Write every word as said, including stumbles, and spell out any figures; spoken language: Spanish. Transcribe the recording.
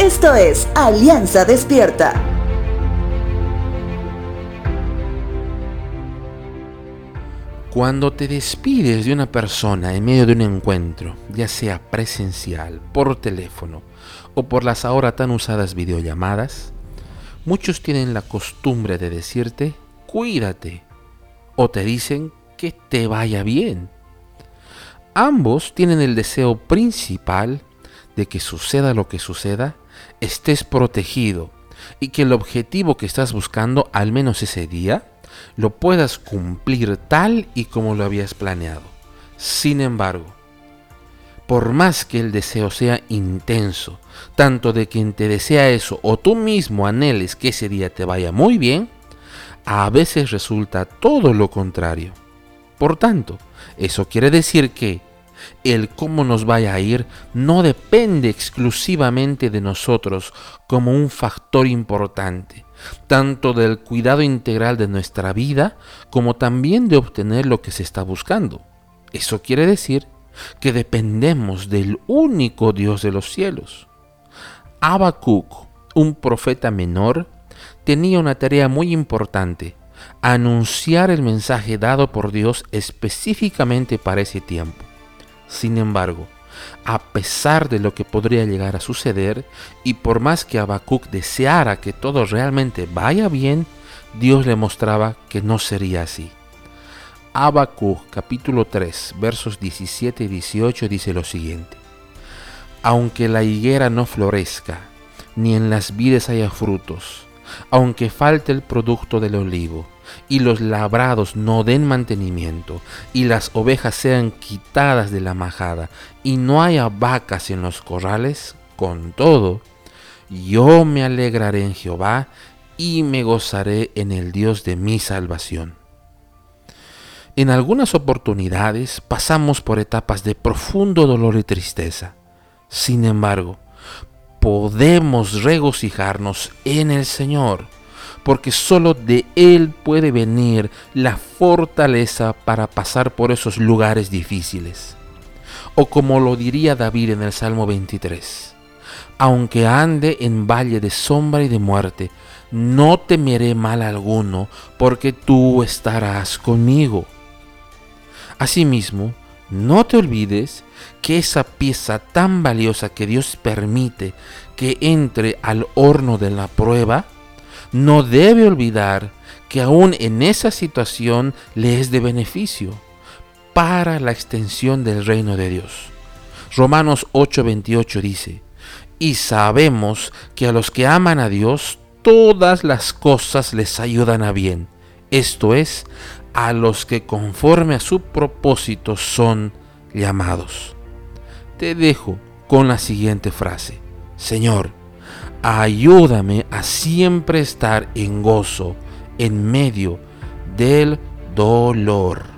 Esto es Alianza Despierta. Cuando te despides de una persona en medio de un encuentro, ya sea presencial, por teléfono o por las ahora tan usadas videollamadas, muchos tienen la costumbre de decirte, cuídate, o te dicen que te vaya bien. Ambos tienen el deseo principal de que suceda lo que suceda, estés protegido y que el objetivo que estás buscando, al menos ese día, lo puedas cumplir tal y como lo habías planeado. Sin embargo, por más que el deseo sea intenso, tanto de quien te desea eso o tú mismo anheles que ese día te vaya muy bien, a veces resulta todo lo contrario. Por tanto, eso quiere decir que el cómo nos vaya a ir no depende exclusivamente de nosotros como un factor importante, tanto del cuidado integral de nuestra vida como también de obtener lo que se está buscando. Eso quiere decir que dependemos del único Dios de los cielos. Habacuc, un profeta menor, tenía una tarea muy importante: anunciar el mensaje dado por Dios específicamente para ese tiempo. Sin embargo, a pesar de lo que podría llegar a suceder, y por más que Habacuc deseara que todo realmente vaya bien, Dios le mostraba que no sería así. Habacuc capítulo tres, versos diecisiete y dieciocho dice lo siguiente: Aunque la higuera no florezca, ni en las vides haya frutos, aunque falte el producto del olivo, y los labrados no den mantenimiento, y las ovejas sean quitadas de la majada, y no haya vacas en los corrales, con todo, yo me alegraré en Jehová, y me gozaré en el Dios de mi salvación. En algunas oportunidades pasamos por etapas de profundo dolor y tristeza. Sin embargo, podemos regocijarnos en el Señor, porque solo de Él puede venir la fortaleza para pasar por esos lugares difíciles. O como lo diría David en el Salmo veintitrés, aunque ande en valle de sombra y de muerte, no temeré mal alguno, porque tú estarás conmigo. Asimismo, no te olvides que esa pieza tan valiosa que Dios permite que entre al horno de la prueba, no debe olvidar que aún en esa situación le es de beneficio para la extensión del reino de Dios. Romanos ocho veintiocho dice: y sabemos que a los que aman a Dios, todas las cosas les ayudan a bien, esto es, a los que conforme a su propósito son llamados. Te dejo con la siguiente frase: Señor, ayúdame a siempre estar en gozo en medio del dolor.